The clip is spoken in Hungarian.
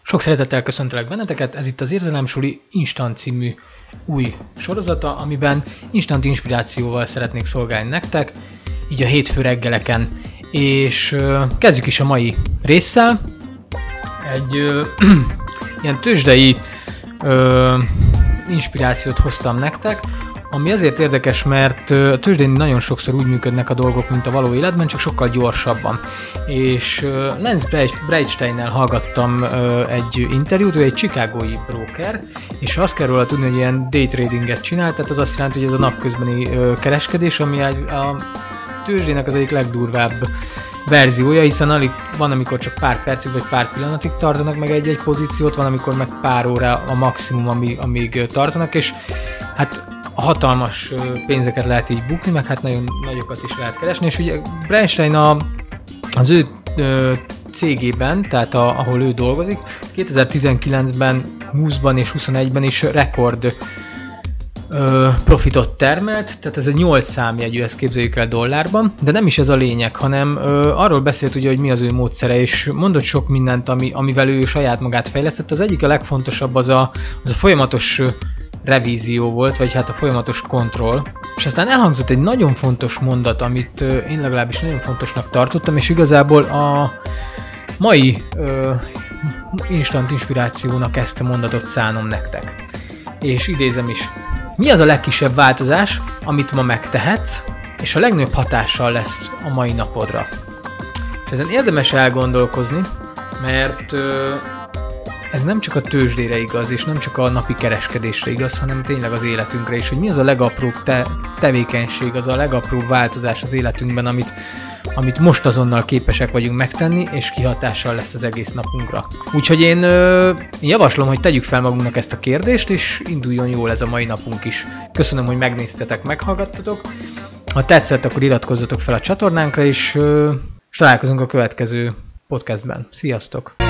Sok szeretettel köszöntelek benneteket, ez itt az Érzelemsuli Instant című új sorozata, amiben instant inspirációval szeretnék szolgálni nektek, így a hétfő reggeleken. És kezdjük is a mai résszel. Egy ilyen tőzsdei inspirációt hoztam nektek, ami azért érdekes, mert a tőzsdén nagyon sokszor úgy működnek a dolgok, mint a való életben, csak sokkal gyorsabban. És Lance Breitsteinnel hallgattam egy interjút, ő egy chicagói broker, és azt kell róla tudni, hogy ilyen day tradinget csinál, tehát az azt jelenti, hogy ez a napközbeni kereskedés, ami a tőzsdének az egyik legdurvább verziója, hiszen alig van, amikor csak pár percig vagy pár pillanatig tartanak meg egy-egy pozíciót, van, amikor meg pár óra a maximum, amíg tartanak, és hát hatalmas pénzeket lehet így bukni, meg hát nagyon nagyokat is lehet keresni, és ugye Breitstein az ő cégében, tehát ahol ő dolgozik, 2019-ben, 20-ban és 21-ben is rekord profitot termelt, tehát ez egy 8 számjegyű, ezt képzeljük el dollárban, de nem is ez a lényeg, hanem arról beszélt ugye, hogy mi az ő módszere, és mondott sok mindent, amivel ő saját magát fejlesztett. Az egyik a legfontosabb az a folyamatos revízió volt, vagy hát a folyamatos kontroll. És aztán elhangzott egy nagyon fontos mondat, amit én legalábbis nagyon fontosnak tartottam, és igazából a mai instant inspirációnak ezt a mondatot szánom nektek. És idézem is. Mi az a legkisebb változás, amit ma megtehetsz, és a legnagyobb hatással lesz a mai napodra? És ezen érdemes elgondolkozni, mert ez nem csak a tőzsdére igaz, és nem csak a napi kereskedésre igaz, hanem tényleg az életünkre is, hogy mi az a legapróbb tevékenység, az a legapróbb változás az életünkben, amit most azonnal képesek vagyunk megtenni, és kihatással lesz az egész napunkra. Úgyhogy én javaslom, hogy tegyük fel magunknak ezt a kérdést, és induljon jól ez a mai napunk is. Köszönöm, hogy megnéztetek, meghallgattatok. Ha tetszett, akkor iratkozzatok fel a csatornánkra, és találkozunk a következő podcastben. Sziasztok!